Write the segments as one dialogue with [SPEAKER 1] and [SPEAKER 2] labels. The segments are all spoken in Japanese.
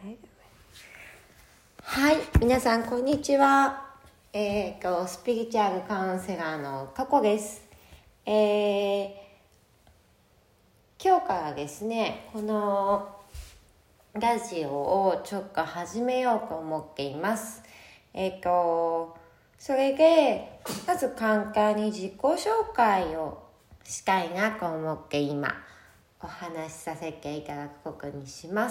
[SPEAKER 1] はい、皆さんこんにちは。スピリチュアルカウンセラーのココです。今日からですね、このラジオをちょっと始めようと思っています。それでまず簡単に自己紹介をしたいなと思って今お話しさせていただくことにします。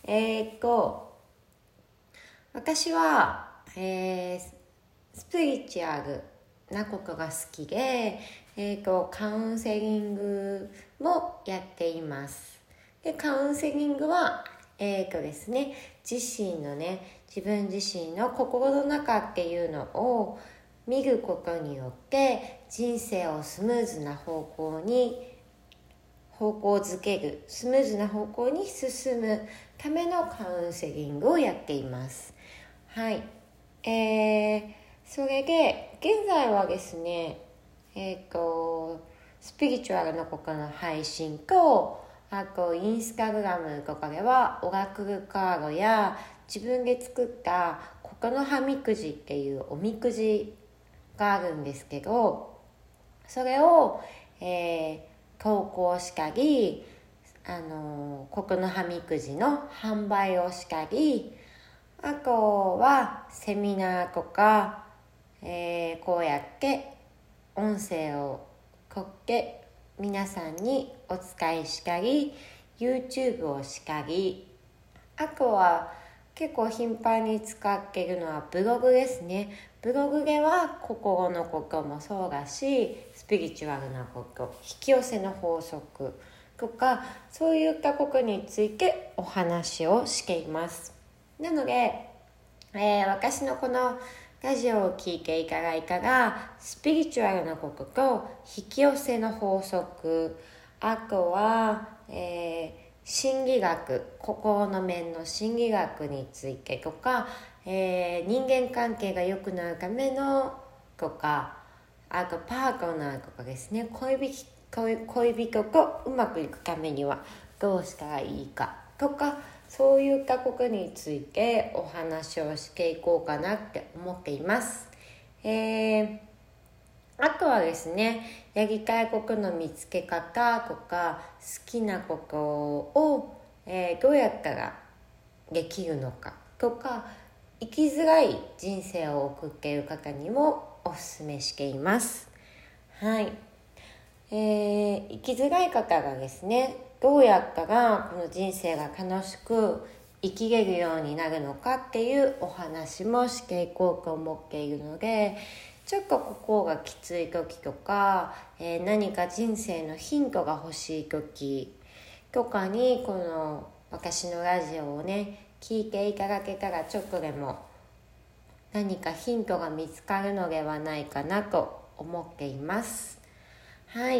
[SPEAKER 1] 私は、スピリチュアルなことが好きで、カウンセリングもやっています。で、カウンセリングは、ですね、自分自身の心の中っていうのを見ることによって人生をスムーズな方向づける、スムーズな方向に進むためのカウンセリングをやっています。はい。それで現在はですね、スピリチュアルのことの配信と、あとインスタグラムとかではオラクルカードや自分で作ったこの葉みくじっていうおみくじがあるんですけど、それを、投稿したり、この葉みくじの販売をしたり、あとはセミナーとか、こうやって音声を取って皆さんにお伝えしたり、 YouTube をしたり、あとは結構頻繁に使っているのはブログですね。ブログでは心のこともそうだし、スピリチュアルなこと、引き寄せの法則とか、そういったことについてお話をしています。なので、私のこのラジオを聞いていただいたら、スピリチュアルなことと引き寄せの法則、あとは、心理学、心の面の心理学についてとか、人間関係が良くなるためのとか、あとパートナーとかですね、恋人とうまくいくためにはどうしたらいいかとか、そういったことについてお話をしていこうかなって思っています。あとはですね、やりたいことの見つけ方とか、好きなことを、どうやったらできるのかとか、生きづらい人生を送っている方にもお勧めしています。はい。生きづらい方がですね、どうやったらこの人生が楽しく生きれるようになるのかっていうお話もしていこうと思っているので、ちょっとここがきつい時とか、何か人生のヒントが欲しい時とかに、この私のラジオをね聞いていただけたら、ちょっとでも何かヒントが見つかるのではないかなと思っています。はい。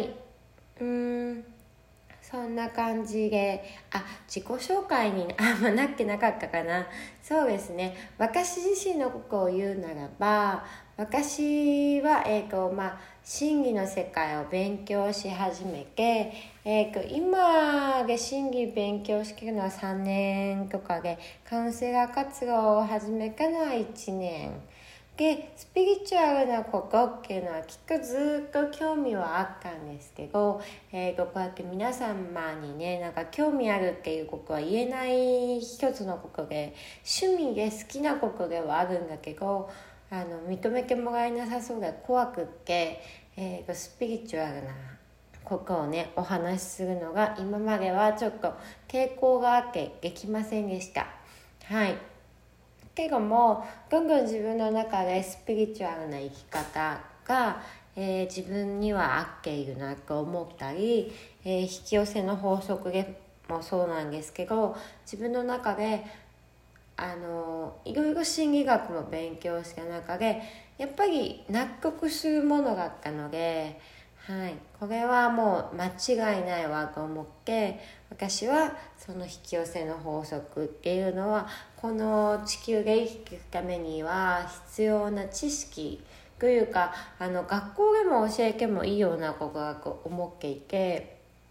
[SPEAKER 1] そんな感じで、自己紹介になってなかったかな。そうですね、私自身のことを言うならば、私は、心理の世界を勉強し始めて、今で心理勉強してるのは3年とかで、カウンセラー活動を始めたのは1年で、スピリチュアルなことっていうのはきっとずっと興味はあったんですけど、こうやって皆様にね、なんか興味あるっていうことは言えない一つのことで、趣味で好きなことではあるんだけど、認めてもらえなさそうで怖くって、スピリチュアルなことをねお話しするのが今まではちょっと抵抗があってできませんでした。はい。けども、どんどん自分の中でスピリチュアルな生き方が、自分には合っているなと思ったり、引き寄せの法則でもそうなんですけど、自分の中でいろいろ心理学も勉強した中でやっぱり納得するものがあったので、はい、これはもう間違いないわと思って、私はその引き寄せの法則っていうのはこの地球で生きるためには必要な知識というか、学校でも教えてもいいようなことだと思っていて、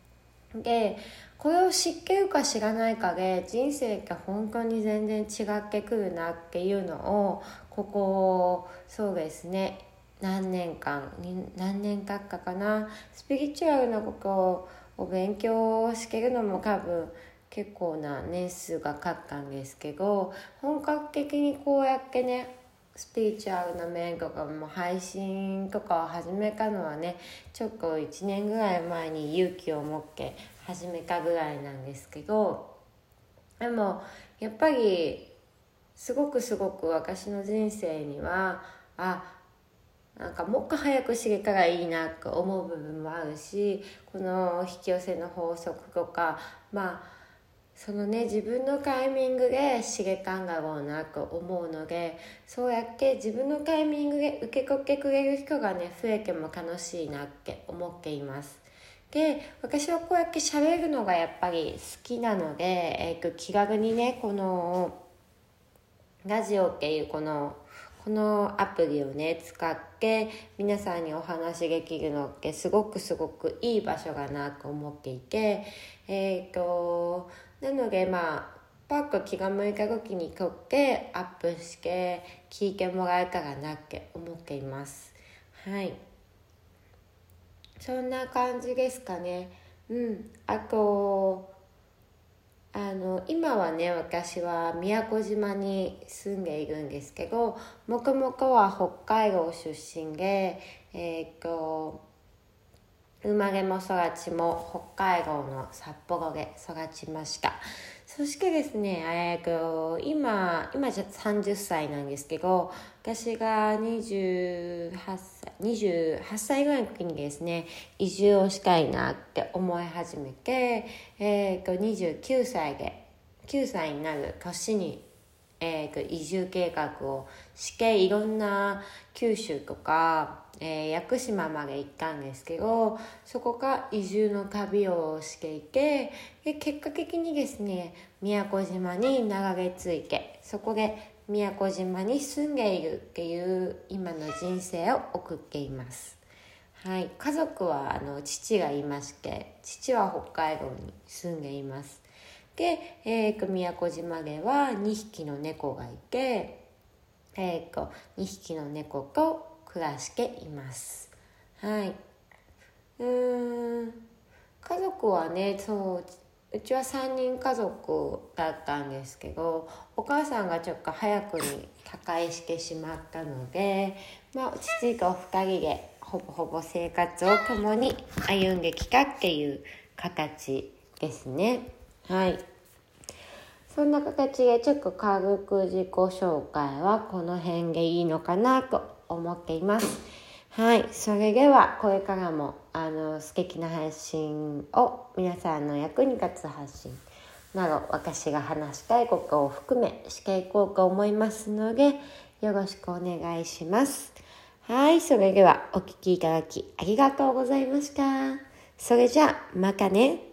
[SPEAKER 1] でこれを知ってるか知らないかで人生が本当に全然違ってくるなっていうのをここそうですね何年間かなスピリチュアルなことを勉強してるのも多分結構な年数がかかったんですけど、本格的にこうやってねスピリチュアルな面とかも配信とかを始めたのはねちょっと1年ぐらい前に勇気を持って始めたぐらいなんですけど、でもやっぱりすごく私の人生にはなんかもっと早く知れたらいいなと思う部分もあるし、この引き寄せの法則とかそのね自分のタイミングで知れたんだろうなと思うので、そうやって自分のタイミングで受け取ってくれる人がね増えても楽しいなって思っています。で私はこうやって喋るのがやっぱり好きなので、気軽にねこのラジオっていうこのアプリをね使って皆さんにお話できるのってすごくいい場所だなと思っていて、なのでパッと気が向いた時に撮ってアップして聞いてもらえたらなって思っています。はい、そんな感じですかね。あと今はね私は宮古島に住んでいるんですけど、もともとは北海道出身で生まれも育ちも北海道の札幌で育ちました。そしてですね、今じゃ30歳なんですけど、私が28歳ぐらいの時にですね移住をしたいなって思い始めて、29歳になる年に移住計画をしていろんな九州とか、屋久島まで行ったんですけど、そこが移住の旅をしていて、で結果的にですね宮古島に流れ着いて、そこで宮古島に住んでいるっていう今の人生を送っています。はい、家族は父がいまして、父は北海道に住んでいます。で、宮古島では2匹の猫がいて、2匹の猫と暮らしています。はい。家族はね、うちは3人家族だったんですけど、お母さんがちょっと早くに他界してしまったので、父と2人でほぼ生活を共に歩んできたっていう形ですね。はい。そんな形でちょっと軽く自己紹介はこの辺でいいのかなと思っています。はい、それではこれからも素敵な配信を皆さんの役に立つ発信など私が話したいことを含めしていこうと思いますのでよろしくお願いします。はい、それではお聞きいただきありがとうございました。それじゃあまたね。